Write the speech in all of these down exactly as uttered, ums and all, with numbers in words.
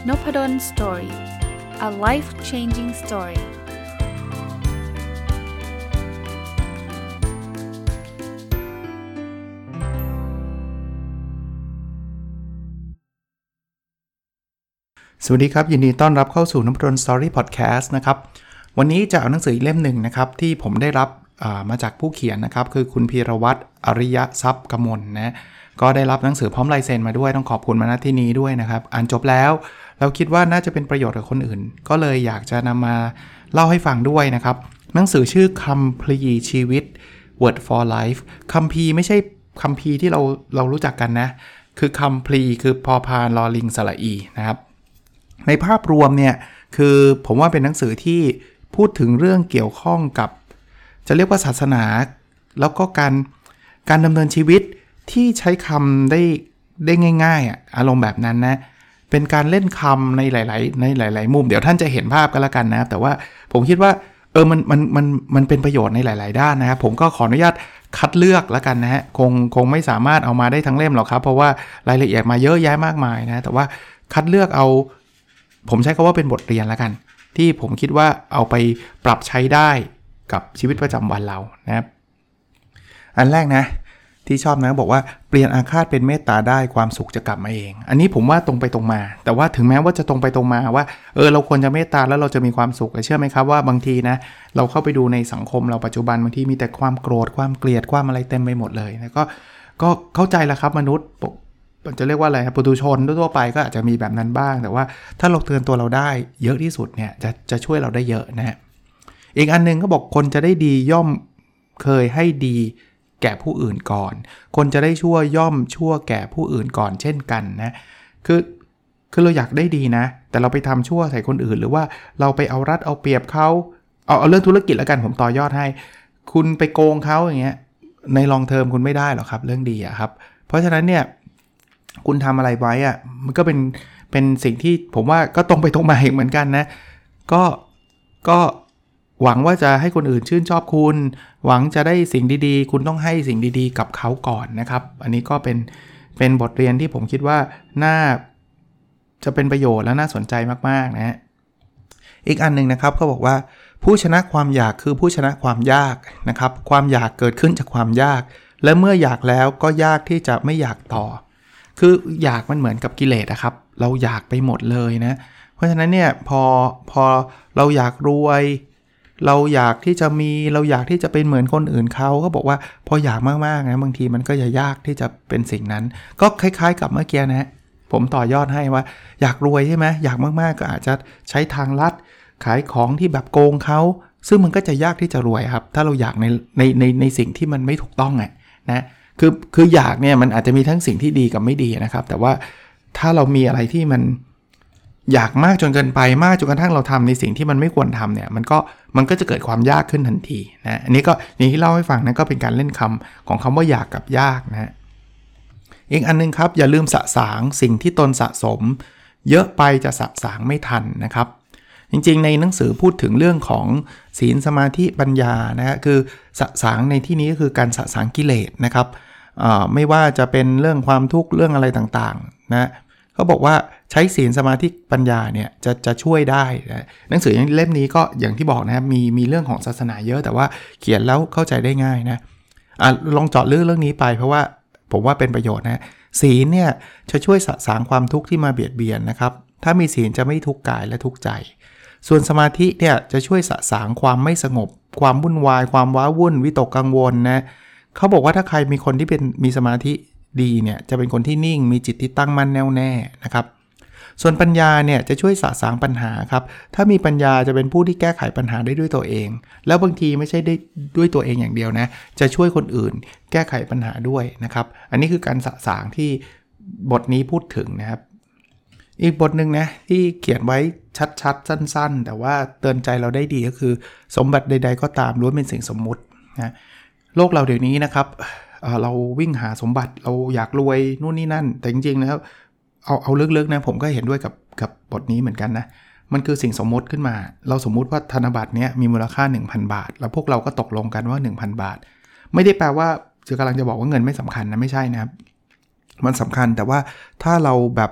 Nopadon Story. A life-changing story. สวัสดีครับยินดีต้อนรับเข้าสู่ Nopadon Story Podcast นะครับวันนี้จะเอาหนังสืออีกเล่มหนึ่งนะครับที่ผมได้รับมาจากผู้เขียนนะครับคือคุณพีรวัตรอริยทรัพย์กมลนะก็ได้รับหนังสือพร้อมลายเซ็นมาด้วยต้องขอบคุณมาณที่นี้ด้วยนะครับอ่านจบแล้วเราคิดว่าน่าจะเป็นประโยชน์กับคนอื่นก็เลยอยากจะนำมาเล่าให้ฟังด้วยนะครับหนังสือชื่อคัมภีร์ชีวิต Word for Life คัมภีร์ไม่ใช่คัมภีร์ที่เราเรารู้จักกันนะคือคัมภีร์คือพอพานลอลิงสระอีนะครับในภาพรวมเนี่ยคือผมว่าเป็นหนังสือที่พูดถึงเรื่องเกี่ยวข้องกับจะเรียกว่าศาสนาแล้วก็การการดำเนินชีวิตที่ใช้คำได้ได้ง่ายๆอ่ะอารมณ์แบบนั้นนะเป็นการเล่นคำในหลายๆในหลายๆมุมเดี๋ยวท่านจะเห็นภาพกันละกันนะแต่ว่าผมคิดว่าเออมันมันมันมันเป็นประโยชน์ในหลายๆด้านนะครับผมก็ขออนุญาตคัดเลือกละกันนะฮะคงคงไม่สามารถเอามาได้ทั้งเล่มหรอกครับเพราะว่ารายละเอียดมาเยอะแยะมากมายนะแต่ว่าคัดเลือกเอาผมใช้คำว่าเป็นบทเรียนละกันที่ผมคิดว่าเอาไปปรับใช้ได้กับชีวิตประจำวันเรานะครับอันแรกนะที่ชอบนะบอกว่าเปลี่ยนอาฆาตเป็นเมตตาได้ความสุขจะกลับมาเองอันนี้ผมว่าตรงไปตรงมาแต่ว่าถึงแม้ว่าจะตรงไปตรงมาว่าเออเราควรจะเมตตาแล้วเราจะมีความสุขเชื่อไหมครับว่าบางทีนะเราเข้าไปดูในสังคมเราปัจจุบันบางทีมีแต่ความโกรธความเกลียดความอะไรเต็มไปหมดเลยนะก็ก็เข้าใจแล้วครับมนุษย์จะเรียกว่าอะไรปุถุชนทั่วไปก็อาจจะมีแบบนั้นบ้างแต่ว่าถ้าเราเตือนตัวเราได้เยอะที่สุดเนี่ยจะจะช่วยเราได้เยอะนะฮะอีกอันนึงก็บอกคนจะได้ดีย่อมเคยให้ดีแก่ผู้อื่นก่อนคนจะได้ชั่วย่อมชั่วแก่ผู้อื่นก่อนเช่นกันนะคือคือเราอยากได้ดีนะแต่เราไปทำชั่วใส่คนอื่นหรือว่าเราไปเอารัดเอาเปรียบเขาเอาเอาเรื่องธุรกิจแล้วกันผมต่อยอดให้คุณไปโกงเขาอย่างเงี้ยในลองเทอมคุณไม่ได้หรอกครับเรื่องดีอะครับเพราะฉะนั้นเนี่ยคุณทำอะไรไว้อะมันก็เป็นเป็นสิ่งที่ผมว่าก็ตรงไปตรงมาเหมือนกันนะก็ก็หวังว่าจะให้คนอื่นชื่นชอบคุณหวังจะได้สิ่งดีๆคุณต้องให้สิ่งดีๆกับเขาก่อนนะครับอันนี้ก็เป็นเป็นบทเรียนที่ผมคิดว่าน่าจะเป็นประโยชน์และน่าสนใจมากๆนะฮะอีกอันนึงนะครับเขาบอกว่าผู้ชนะความอยากคือผู้ชนะความยากนะครับความอยากเกิดขึ้นจากความยากและเมื่ออยากแล้วก็ยากที่จะไม่อยากต่อคืออยากมันเหมือนกับกิเลสอะครับเราอยากไปหมดเลยนะเพราะฉะนั้นเนี่ยพอพอเราอยากรวยเราอยากที่จะมีเราอยากที่จะเป็นเหมือนคนอื่นเขาก็บอกว่าพออยากมากๆนะบางทีมันก็จะยากที่จะเป็นสิ่งนั้นก็คล้ายๆกับเมื่อกี้นะผมต่อยอดให้ว่าอยากรวยใช่ไหมอยากมากๆก็อาจจะใช้ทางลัดขายของที่แบบโกงเขาซึ่งมันก็จะยากที่จะรวยครับถ้าเราอยากในในในในสิ่งที่มันไม่ถูกต้องอ่ะนะคือคืออยากเนี่ยมันอาจจะมีทั้งสิ่งที่ดีกับไม่ดีนะครับแต่ว่าถ้าเรามีอะไรที่มันอยากมากจนเกินไปมากจนกระทั่งเราทำในสิ่งที่มันไม่ควรทำเนี่ยมันก็มันก็จะเกิดความยากขึ้นทันทีนะอันนี้ก็นี่ที่เล่าให้ฟังนะก็เป็นการเล่นคำของคำว่าอยากกับยากนะอีกอันนึงครับอย่าลืมสะสางสิ่งที่ตนสะสมเยอะไปจะสะสางไม่ทันนะครับจริงๆในหนังสือพูดถึงเรื่องของศีลสมาธิปัญญานะฮะคือสะสางในที่นี้ก็คือการสะสางกิเลสนะครับไม่ว่าจะเป็นเรื่องความทุกข์เรื่องอะไรต่างๆนะเขาบอกว่าใช้ศีลสมาธิปัญญาเนี่ยจะจะช่วยได้นะหนังสือเล่มนี้ก็อย่างที่บอกนะครับมีมีเรื่องของศาสนาเยอะแต่ว่าเขียนแล้วเข้าใจได้ง่ายนะอ่ะลองเจาะลึกเรื่องนี้ไปเพราะว่าผมว่าเป็นประโยชน์นะศีลเนี่ยจะช่วยสะสางความทุกข์ที่มาเบียดเบียนนะครับถ้ามีศีลจะไม่ทุกข์กายและทุกข์ใจส่วนสมาธิเนี่ยจะช่วยสะสางความไม่สงบความวุ่นวายความว้าวุ่นวิตกกังวลนะเขาบอกว่าถ้าใครมีคนที่เป็นมีสมาธิดีเนี่ยจะเป็นคนที่นิ่งมีจิตที่ตั้งมั่นแน่วแน่นะครับส่วนปัญญาเนี่ยจะช่วยสะสางปัญหาครับถ้ามีปัญญาจะเป็นผู้ที่แก้ไขปัญหาได้ด้วยตัวเองแล้วบางทีไม่ใช่ได้ด้วยตัวเองอย่างเดียวนะจะช่วยคนอื่นแก้ไขปัญหาด้วยนะครับอันนี้คือการสะสางที่บทนี้พูดถึงนะครับอีกบทหนึ่งนะที่เขียนไว้ชัดๆสั้นๆแต่ว่าเตือนใจเราได้ดีก็คือสมบัติใดๆก็ตามล้วนเป็นสิ่งสมมุตินะโลกเราเดี๋ยวนี้นะครับเราวิ่งหาสมบัติเราอยากรวยนู่นนี่นั่นแต่จริงๆนะครับเอาเอาลึกๆนะผมก็เห็นด้วยกับกับบทนี้เหมือนกันนะมันคือสิ่งสมมติขึ้นมาเราสมมุติว่าธนบัตรเนี้ยมีมูลค่า หนึ่งพัน บาทแล้วพวกเราก็ตกลงกันว่า หนึ่งพัน บาทไม่ได้แปลว่าจะกำลังจะบอกว่าเงินไม่สำคัญนะไม่ใช่นะครับมันสำคัญแต่ว่าถ้าเราแบบ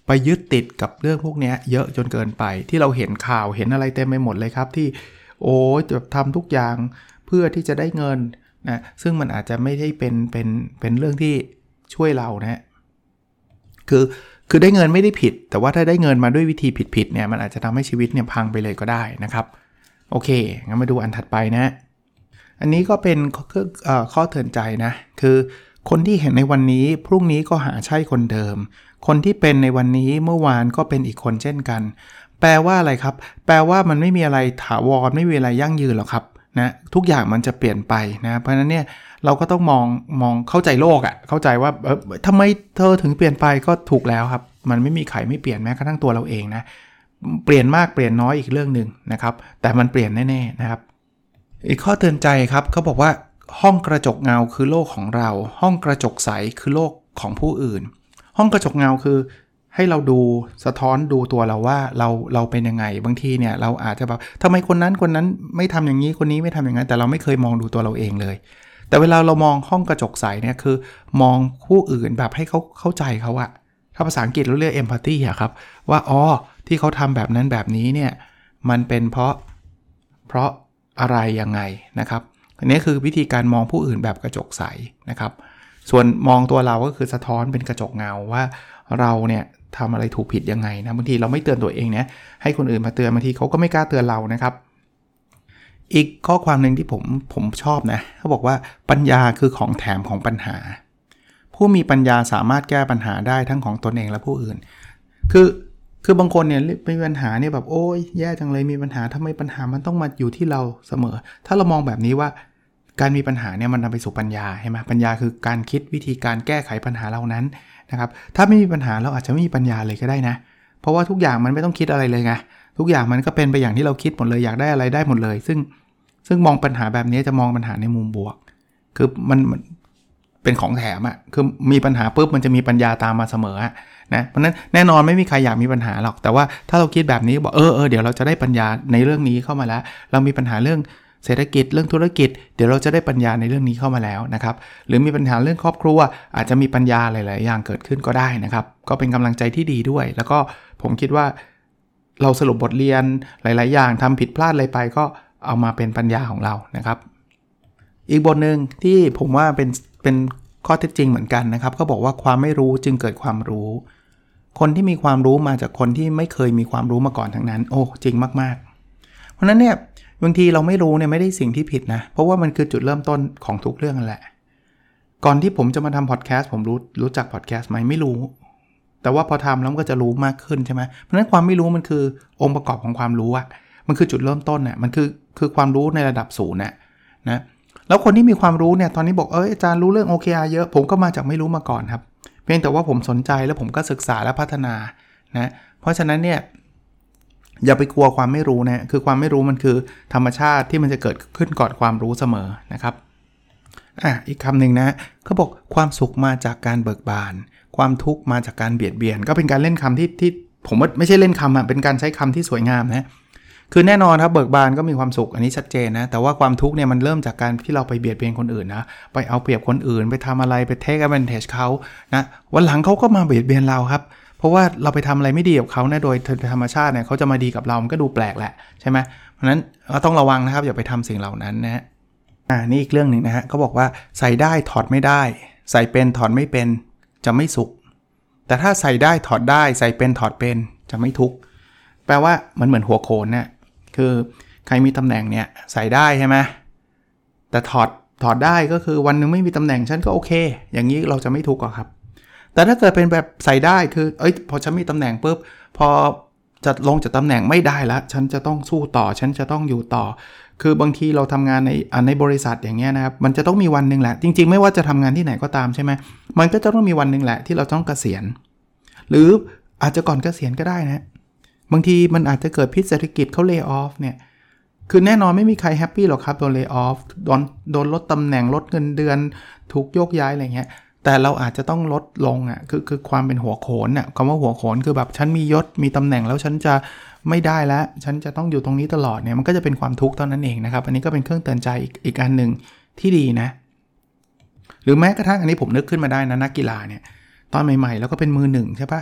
ไปยึดติดกับเรื่องพวกนี้เยอะจนเกินไปที่เราเห็นข่าวเห็นอะไรเต็มไปหมดเลยครับที่โอ้จะทำทุกอย่างเพื่อที่จะได้เงินนะซึ่งมันอาจจะไม่ได้เป็นเป็นเป็นเรื่องที่ช่วยเรานะคือคือได้เงินไม่ได้ผิดแต่ว่าถ้าได้เงินมาด้วยวิธีผิดๆเนี่ยมันอาจจะทำให้ชีวิตเนี่ยพังไปเลยก็ได้นะครับโอเคงั้นมาดูอันถัดไปนะอันนี้ก็เป็นข้อเตือนใจนะคือคนที่เห็นในวันนี้พรุ่งนี้ก็หาใช่คนเดิมคนที่เป็นในวันนี้เมื่อวานก็เป็นอีกคนเช่นกันแปลว่าอะไรครับแปลว่ามันไม่มีอะไรถาวรไม่มีอะไรยั่งยืนหรอกครับนะทุกอย่างมันจะเปลี่ยนไปนะเพราะฉะนั้นเนี่ยเราก็ต้องมองมองเข้าใจโลกอะ่ะเข้าใจว่าเออทำไมเธอถึงเปลี่ยนไปก็ถูกแล้วครับมันไม่มีใครไม่เปลี่ยนแม้กระทั่งตัวเราเองนะเปลี่ยนมากเปลี่ยนน้อยอีกเรื่องนึงนะครับแต่มันเปลี่ยนแน่ๆนะครับอีกข้อเตือนใจครับเขาบอกว่าห้องกระจกเงาคือโลกของเราห้องกระจกใสคือโลกของผู้อื่นห้องกระจกเงาคือให้เราดูสะท้อนดูตัวเราว่าเราเราเป็นยังไงบางทีเนี่ยเราอาจจะแบบทำไมคนนั้นคนนั้นไม่ทำอย่างนี้คนนี้ไม่ทำอย่างนั้นแต่เราไม่เคยมองดูตัวเราเองเลยแต่เวลาเรามองห้องกระจกใสเนี่ยคือมองผู้อื่นแบบให้เขาเข้าใจเขาอะถ้าภาษาอังกฤษเราเรียก empathy อะครับว่าอ๋อที่เขาทำแบบนั้นแบบนี้เนี่ยมันเป็นเพราะเพราะอะไรยังไงนะครับอันนี้คือวิธีการมองผู้อื่นแบบกระจกใสนะครับส่วนมองตัวเราก็คือสะท้อนเป็นกระจกเงาว่าเราเนี่ยทำอะไรถูกผิดยังไงนะบางทีเราไม่เตือนตัวเองเนี่ยให้คนอื่นมาเตือนบางทีเขาก็ไม่กล้าเตือนเรานะครับอีกข้อความหนึ่งที่ผมผมชอบนะเขาบอกว่าปัญญาคือของแถมของปัญหาผู้มีปัญญาสามารถแก้ปัญหาได้ทั้งของตนเองและผู้อื่นคือคือบางคนเนี่ยมีปัญหาเนี่ยแบบโอ้ยแย่จังเลยมีปัญหาทำไมปัญหามันต้องมาอยู่ที่เราเสมอถ้าเรามองแบบนี้ว่าการมีปัญหาเนี่ยมันนำไปสู่ปัญญาใช่ไหมปัญญาคือการคิดวิธีการแก้ไขปัญหาเหล่านั้นนะครับถ้าไม่มีปัญหาเราอาจจะไม่มีปัญญาเลยก็ได้นะเพราะว่าทุกอย่างมันไม่ต้องคิดอะไรเลยไงทุกอย่างมันก็เป็นไปอย่างที่เราคิดหมดเลยอยากได้อะไรได้หมดเลยซึ่งซึ่งมองปัญหาแบบนี้จะมองปัญหาในมุมบวกคือมันเป็นของแถมอ่ะคือมีปัญหาปุ๊บมันจะมีปัญญาตามมาเสมอนะเพราะนั้นแน่นอนไม่มีใครอยากมีปัญหาหรอกแต่ว่าถ้าเราคิดแบบนี้บอกเออเออเดี๋ยวเราจะได้ปัญญาในเรื่องนี้เข้ามาแล้วเรามีปัญหาเรื่องเศรษฐกิจเรื่องธุรกิจเดี๋ยวเราจะได้ปัญญาในเรื่องนี้เข้ามาแล้วนะครับหรือมีปัญหาเรื่องครอบครัวอาจจะมีปัญญาหลายๆอย่างเกิดขึ้นก็ได้นะครับก็เป็นกำลังใจที่ดีด้วยแล้วก็ผมคิดว่าเราสรุปบทเรียนหลายๆอย่างทำผิดพลาดอะไรไปก็เอามาเป็นปัญญาของเรานะครับอีกบทหนึ่งที่ผมว่าเป็นเป็นข้อเท็จจริงเหมือนกันนะครับก็บอกว่าความไม่รู้จึงเกิดความรู้คนที่มีความรู้มาจากคนที่ไม่เคยมีความรู้มาก่อนทั้งนั้นโอ้จริงมากๆเพราะนั้นเนี่ยบางทีเราไม่รู้เนี่ยไม่ได้สิ่งที่ผิดนะเพราะว่ามันคือจุดเริ่มต้นของทุกเรื่องนั่นแหละก่อนที่ผมจะมาทำพอดแคสต์ผมรู้รู้จักพอดแคสต์ไหมไม่รู้แต่ว่าพอทำแล้วก็จะรู้มากขึ้นใช่ไหมเพราะฉะนั้นความไม่รู้มันคือองค์ประกอบของความรู้อะมันคือจุดเริ่มต้นน่ะมันคือคือความรู้ในระดับศูนย์น่ะนะแล้วคนที่มีความรู้เนี่ยตอนนี้บอกเอออาจารย์รู้เรื่อง โอ เค อาร์ เยอะผมก็มาจากไม่รู้มาก่อนครับเพียงแต่ว่าผมสนใจแล้วผมก็ศึกษาและพัฒนานะเพราะฉะนั้นเนี่ยอย่าไปกลัวความไม่รู้นะคือความไม่รู้มันคือธรรมชาติที่มันจะเกิดขึ้นก่อนความรู้เสมอนะครับอ่ะอีกคำหนึ่งนะเขาบอกความสุขมาจากการเบิกบานความทุกข์มาจากการเบียดเบียนก็เป็นการเล่นคำที่ที่ผมว่าไม่ใช่เล่นคำอ่ะเป็นการใช้คำที่สวยงามนะคือแน่นอนครับเบิกบานก็มีความสุขอันนี้ชัดเจนนะแต่ว่าความทุกข์เนี่ยมันเริ่มจากการที่เราไปเบียดเบียนคนอื่นนะไปเอาเปรียบคนอื่นไปทำอะไรไป take advantage เขานะวันหลังเขาก็มาเบียดเบียนเราครับเพราะว่าเราไปทำอะไรไม่ดีกับเขานะโดยธรรมชาติเนี่ยเขาจะมาดีกับเรามันก็ดูแปลกแหละใช่ไหมเพราะฉะนั้นเราต้องระวังนะครับอย่าไปทำสิ่งเหล่านั้นนะอ่านี่อีกเรื่องหนึ่งนะฮะเขาบอกว่าใส่ได้ถอดไม่ได้ใส่เป็นถอดไม่เป็นจะไม่สุขแต่ถ้าใส่ได้ถอดได้ใส่เป็นถอดเป็นจะไม่ทุกข์แปลว่ามันเหมือนหัวโขนนะคือใครมีตำแหน่งเนี่ยใส่ได้ใช่ไหมแต่ถอดถอดได้ก็คือวันนึงไม่มีตำแหน่งฉันก็โอเคอย่างนี้เราจะไม่ทุกข์หรอกครับแต่ถ้าเกิดเป็นแบบใส่ได้คือเอ้ยพอฉันมีตำแหน่งปุ๊บพอจะลงจากตำแหน่งไม่ได้แล้วฉันจะต้องสู้ต่อฉันจะต้องอยู่ต่อคือบางทีเราทำงานในในบริษัทอย่างเงี้ยนะครับมันจะต้องมีวันนึงแหละจริงๆไม่ว่าจะทำงานที่ไหนก็ตามใช่ไหมมันก็จะต้องมีวันนึงแหละที่เราต้องเกษียณหรืออาจจะก่อนเกษียณก็ได้นะบางทีมันอาจจะเกิดพิษเศรษฐกิจเขาเลย์ออฟเนี่ยคือแน่นอนไม่มีใครแฮปปี้หรอกครับโดนเลย์ออฟโดนโดนลดตำแหน่งลดเงินเดือนถูกโยกย้ายอะไรเงี้ยแต่เราอาจจะต้องลดลงอ่ะคือคือความเป็นหัวโขนน่ะคำว่าหัวโขนคือแบบฉันมียศมีตำแหน่งแล้วฉันจะไม่ได้แล้วฉันจะต้องอยู่ตรงนี้ตลอดเนี่ยมันก็จะเป็นความทุกข์เท่านั้นเองนะครับอันนี้ก็เป็นเครื่องเตือนใจอีกอีกอันนึงที่ดีนะหรือแม้กระทั่งอันนี้ผมนึกขึ้นมาได้นะนักกีฬาเนี่ยตอนใหม่ๆแล้วก็เป็นมือหนึ่งใช่ปะ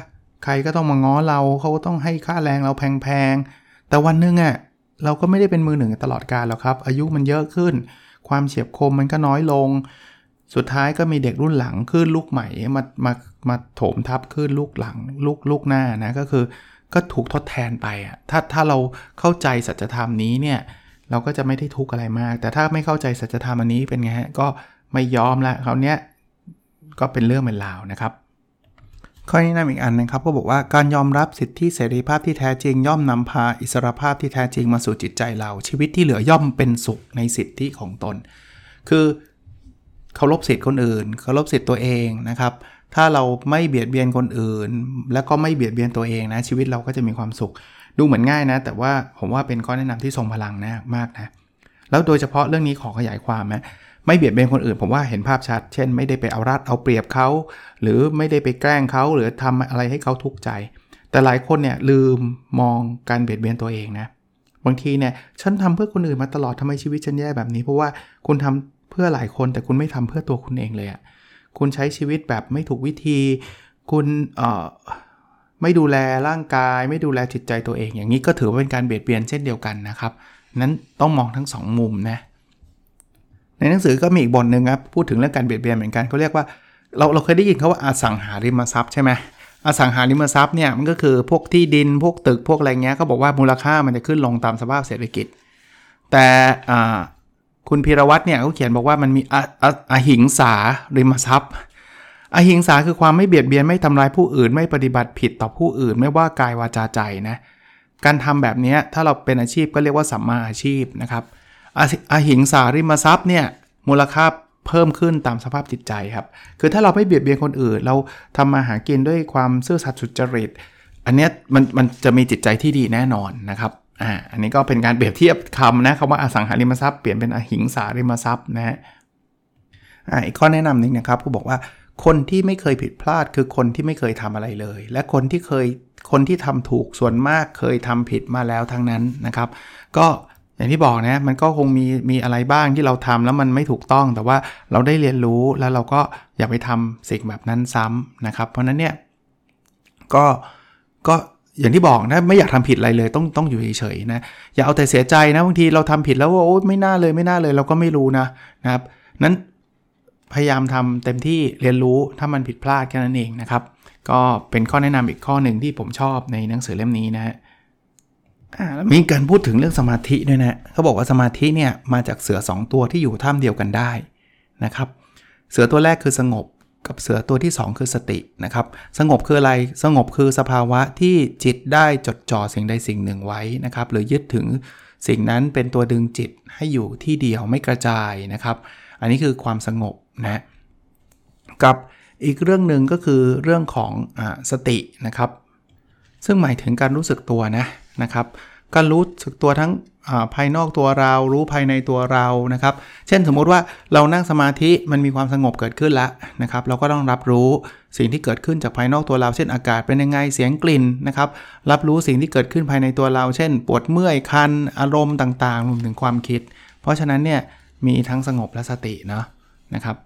ใครก็ต้องมาง้อเราเขาก็ต้องให้ค่าแรงเราแพงๆแต่วันนึงอ่ะเราก็ไม่ได้เป็นมือหนึ่งตลอดกาลหรอกครับอายุมันเยอะขึ้นความเฉียบคมมันก็น้อยลงสุดท้ายก็มีเด็กรุ่นหลังขึ้นลูกใหม่มามามาโถมทับขึ้นลูกหลังลูกลูกหน้านะก็คือก็ถูกทดแทนไปอ่ะถ้าถ้าเราเข้าใจสัจธรรมนี้เนี่ยเราก็จะไม่ได้ทุกข์อะไรมากแต่ถ้าไม่เข้าใจสัจธรรมอันนี้เป็นไงฮะก็ไม่ยอมละคราวเนี้ยก็เป็นเรื่องเป็นราวนะครับข้อแนะนำอีกอันนะครับก็บอกว่าการยอมรับสิทธิเสรีภาพที่แท้จริงย่อมนำพาอิสรภาพที่แท้จริงมาสู่จิตใจเราชีวิตที่เหลือย่อมเป็นสุขในสิทธิของตนคือเคารพสิทธิคนอื่นเคารพสิทธิตัวเองนะครับถ้าเราไม่เบียดเบียนคนอื่นแล้วก็ไม่เบียดเบียนตัวเองนะชีวิตเราก็จะมีความสุขดูเหมือนง่ายนะแต่ว่าผมว่าเป็นข้อแนะนำที่ทรงพลังนะมากนะแล้วโดยเฉพาะเรื่องนี้ขอขยายความนะไม่เบียดเบียนคนอื่นผมว่าเห็นภาพชัดเช่นไม่ได้ไปเอารัดเอาเปรียบเขาหรือไม่ได้ไปแกล้งเขาหรือทำอะไรให้เขาทุกข์ใจแต่หลายคนเนี่ยลืมมองการเบียดเบียนตัวเองนะบางทีเนี่ยฉันทำเพื่อคนอื่นมาตลอดทำไมชีวิตฉันแย่แบบนี้เพราะว่าคุณทำเพื่อหลายคนแต่คุณไม่ทำเพื่อตัวคุณเองเลยอ่ะคุณใช้ชีวิตแบบไม่ถูกวิธีคุณเอ่อไม่ดูแลร่างกายไม่ดูแลจิตใจตัวเองอย่างนี้ก็ถือว่าเป็นการเบียดเบียนเช่นเดียวกันนะครับนั้นต้องมองทั้งสองมุมนะในหนังสือก็มีอีกบทหนึ่งครับพูดถึงเรื่องการเบียดเบียนเหมือนกันเขาเรียกว่าเราเราเคยได้ยินเขาว่าอสังหาริมทรัพย์ใช่ไหมอสังหาริมทรัพย์เนี่ยมันก็คือพวกที่ดินพวกตึกพวกอะไรเงี้ยเขาบอกว่ามูลค่ามันจะขึ้นลงตามสภาพเศรษฐกิจแต่คุณพีรวัตรเนี่ยเขาเขียนบอกว่ามันมีออหิงสาริมทรัพย์อหิงสาคือความไม่เบียดเบียนไม่ทำร้ายผู้อื่นไม่ปฏิบัติผิดต่อผู้อื่นไม่ว่ากายวาจาใจนะการทำแบบนี้ถ้าเราเป็นอาชีพก็เรียกว่าสัมมาอาชีพนะครับอหิงสาริมทรัพย์เนี่ยมูลค่าเพิ่มขึ้นตามสภาพจิตใจครับคือถ้าเราไม่เบียดเบียนคนอื่นเราทำมาหากินด้วยความซื่อสัตย์สุจริตอันนี้มันมันจะมีจิตใจที่ดีแน่นอนนะครับอ่าอันนี้ก็เป็นการเปรียบเทียบคำนะคำว่าอสังหาริมทรัพย์เปลี่ยนเป็นอหิงสาริมทรัพย์นะฮะอ่าอีกข้อแนะนำนึงนะครับเขาบอกว่าคนที่ไม่เคยผิดพลาดคือคนที่ไม่เคยทำอะไรเลยและคนที่เคยคนที่ทำถูกส่วนมากเคยทำผิดมาแล้วทั้งนั้นนะครับก็อย่างที่บอกนะมันก็คงมีมีอะไรบ้างที่เราทำแล้วมันไม่ถูกต้องแต่ว่าเราได้เรียนรู้แล้วเราก็อย่าไปทำสิ่งแบบนั้นซ้ำนะครับเพราะนั้นเนี่ยก็ก็อย่างที่บอกนะไม่อยากทำผิดอะไรเลยต้องต้องอยู่เฉยๆนะอย่าเอาแต่เสียใจนะบางทีเราทำผิดแล้วว่าโอ๊ยไม่น่าเลยไม่น่าเลยเราก็ไม่รู้นะนะครับนั้นพยายามทำเต็มที่เรียนรู้ถ้ามันผิดพลาดแค่นั้นเองนะครับก็เป็นข้อแนะนำอีกข้อหนึ่งที่ผมชอบในหนังสือเล่มนี้นะฮะมีการพูดถึงเรื่องสมาธิด้วยนะเขาบอกว่าสมาธิเนี่ยมาจากเสือสองตัวที่อยู่ท่ามเดียวกันได้นะครับเสือตัวแรกคือสงบกับเสือตัวที่สองคือสตินะครับสงบคืออะไรสงบคือสภาวะที่จิตได้จดจ่อสิ่งใดสิ่งหนึ่งไว้นะครับหรือยึดถึงสิ่งนั้นเป็นตัวดึงจิตให้อยู่ที่เดียวไม่กระจายนะครับอันนี้คือความสงบนะกับอีกเรื่องหนึ่งก็คือเรื่องของอ่าสตินะครับซึ่งหมายถึงการรู้สึกตัวนะนะครับการรู้สึกตัวทั้งภายนอกตัวเรารู้ภายในตัวเรานะครับเช่นสมมุติว่าเรานั่งสมาธิมันมีความสงบเกิดขึ้นแล้วนะครับเราก็ต้องรับรู้สิ่งที่เกิดขึ้นจากภายนอกตัวเราเช่นอากาศเป็นยังไงเสียงกลิ่นนะครับรับรู้สิ่งที่เกิดขึ้นภายในตัวเราเช่นปวดเมื่อยคันอารมณ์ต่างๆรวมถึงความคิดเพราะฉะนั้นเนี่ยมีทั้งสงบและสติเนาะนะครับ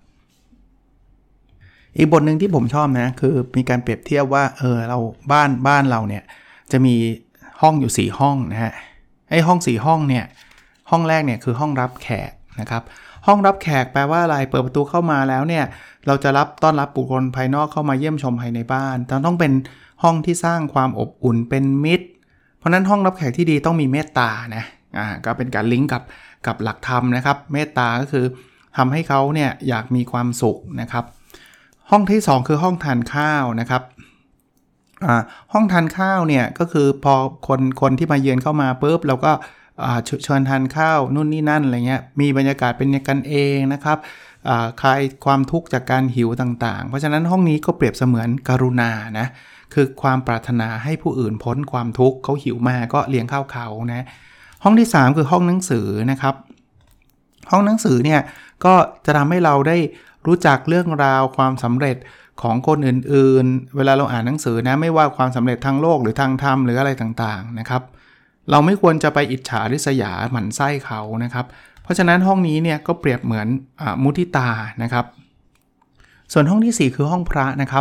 อีกบทหนึ่งที่ผมชอบนะคือมีการเปรียบเทียบว่าเออเราบ้านบ้านเราเนี่ยจะมีห้องอยู่สี่ห้องนะฮะไอ้ห้องสี่ห้องเนี่ยห้องแรกเนี่ยคือห้องรับแขกนะครับห้องรับแขกแปลว่าอะไรเปิดประตูเข้ามาแล้วเนี่ยเราจะรับต้อนรับบุคคลภายนอกเข้ามาเยี่ยมชมภายในบ้านต้องเป็นห้องที่สร้างความอบอุ่นเป็นมิตรเพราะนั้นห้องรับแขกที่ดีต้องมีเมตตานะอ่าก็เป็นการลิงก์กับกับหลักธรรมนะครับเมตตาก็คือทำให้เขาเนี่ยอยากมีความสุขนะครับห้องที่สองคือห้องทานข้าวนะครับอ่าห้องทานข้าวเนี่ยก็คือพอคนคนที่มาเยือนเข้ามาปุ๊บเราก็อ่าเชิญทานข้าวนู่นนี่นั่นอะไรเงี้ยมีบรรยากาศเป็นกันเองนะครับอ่าคลายความทุกข์จากการหิวต่างๆเพราะฉะนั้นห้องนี้ก็เปรียบเสมือนกรุณานะคือความปรารถนาให้ผู้อื่นพ้นความทุกข์เขาหิวมาก็เลี้ยงข้าวเขานะห้องที่สามคือห้องหนังสือนะครับห้องหนังสือเนี่ยก็จะทำให้เราได้รู้จักเรื่องราวความสำเร็จของคนอื่นๆเวลาเราอ่านหนังสือนะไม่ว่าความสำเร็จทางโลกหรือทางธรรมหรืออะไรต่างๆนะครับเราไม่ควรจะไปอิจฉาริษยาหมั่นไส้เขานะครับเพราะฉะนั้นห้องนี้เนี่ยก็เปรียบเหมือนอ่ามุทิตานะครับส่วนห้องที่สี่คือห้องพระนะครับ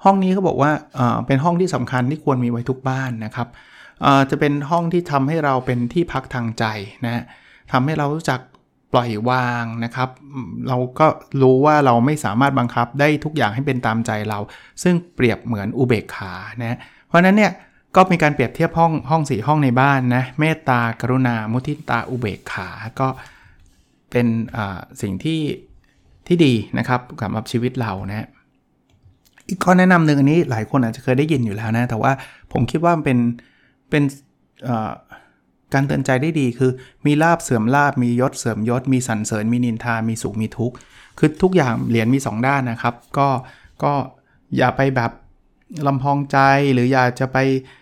ห้องนี้เขาบอกว่าเอ่อเป็นห้องที่สำคัญที่ควรมีไว้ทุกบ้านนะครับเอ่อจะเป็นห้องที่ทำให้เราเป็นที่พักทางใจนะทำให้เรารู้จักปล่อยวางนะครับเราก็รู้ว่าเราไม่สามารถบังคับได้ทุกอย่างให้เป็นตามใจเราซึ่งเปรียบเหมือนอุเบกขานะเพราะนั้นเนี่ยก็มีการเปรียบเทียบห้องห้องสี่ห้องในบ้านนะเมตตากรุณามุทิตาอุเบกขาก็เป็นสิ่งที่ที่ดีนะครับสำหรับชีวิตเรานะอีกข้อแนะนำหนึ่งอันนี้หลายคนอาจจะเคยได้ยินอยู่แล้วนะแต่ว่าผมคิดว่ามันเป็นเป็นการเตือนใจได้ดีคือมีลาภเสื่อมลาภมียศเสื่อมยศมีสรรเสริญมีนินทามีสุขมีทุกข์คือทุกอย่างเหรียญมีสองด้านนะครับก็ก็อย่าไปแบบลำพองใจหรืออย่าจะไป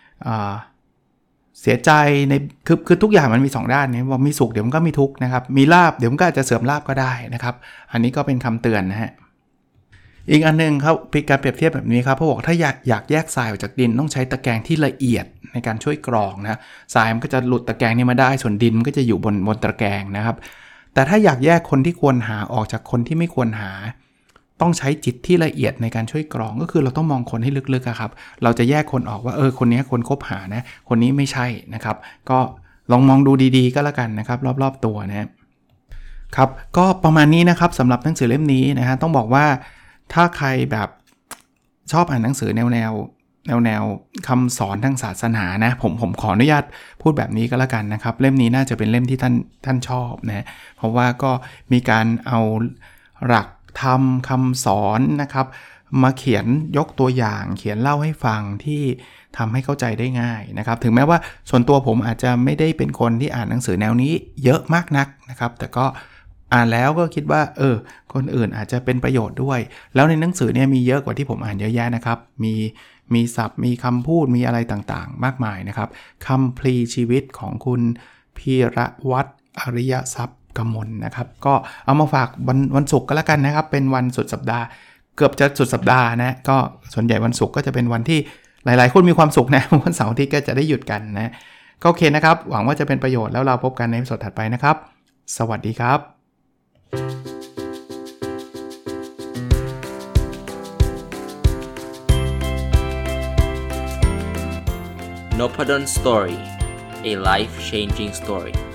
เสียใจในคือคือทุกอย่างมันมีสองด้านเนี่ยว่ามีสุขเดี๋ยวมันก็มีทุกข์นะครับมีลาภเดี๋ยวมันก็อาจจะเสื่อมลาภก็ได้นะครับอันนี้ก็เป็นคำเตือนนะฮะอีกอันนึงครับเป็นการเปรียบเทียบแบบนี้ครับเขาบอกถ้าอยากอยากแยกทรายออกจากดินต้องใช้ตะแกรงที่ละเอียดในการช่วยกรองนะทรายมันก็จะหลุดตะแกรงนี้มาได้ส่วนดินมันก็จะอยู่บนบนตะแกรงนะครับแต่ถ้าอยากแยกคนที่ควรหาออกจากคนที่ไม่ควรหาต้องใช้จิตที่ละเอียดในการช่วยกรองก็คือเราต้องมองคนให้ลึกๆครับเราจะแยกคนออกว่าเออคนนี้คนคบหานะคนนี้ไม่ใช่นะครับก็ลองมองดูดีๆก็แล้วกันนะครับรอบๆตัวนะครับก็ประมาณนี้นะครับสำหรับหนังสือเล่มนี้นะฮะต้องบอกว่าถ้าใครแบบชอบอ่านหนังสือแนวแนวแนวแนวคำสอนทางศาสนานะผมผมขออนุญาตพูดแบบนี้ก็แล้วกันนะครับเล่มนี้น่าจะเป็นเล่มที่ท่านท่านชอบนะเพราะว่าก็มีการเอาหลักธรรมคำสอนนะครับมาเขียนยกตัวอย่างเขียนเล่าให้ฟังที่ทำให้เข้าใจได้ง่ายนะครับถึงแม้ว่าส่วนตัวผมอาจจะไม่ได้เป็นคนที่อ่านหนังสือแนวนี้เยอะมากนักนะครับแต่ก็อ่านแล้วก็คิดว่าเออคนอื่นอาจจะเป็นประโยชน์ด้วยแล้วในหนังสือเนี่ยมีเยอะกว่าที่ผมอ่านเยอะแยะนะครับมีมีศัพท์มีคำพูดมีอะไรต่างๆมากมายนะครับคัมภีร์ชีวิตของคุณพีระวัฒน์อริยทรัพย์กมลนะครับก็เอามาฝากวันวันศุกร์ก็แล้วกันนะครับเป็นวันสุดสัปดาห์เกือบจะสุดสัปดาห์นะก็ส่วนใหญ่วันศุกร์ก็จะเป็นวันที่หลายๆคนมีความสุขนะวันเสาร์ที่ก็จะได้หยุดกันนะก็โอเคนะครับหวังว่าจะเป็นประโยชน์แล้วเราพบกันในตอนถัดไปนะครับสวัสดีครับ Nopadon Story, a life-changing story.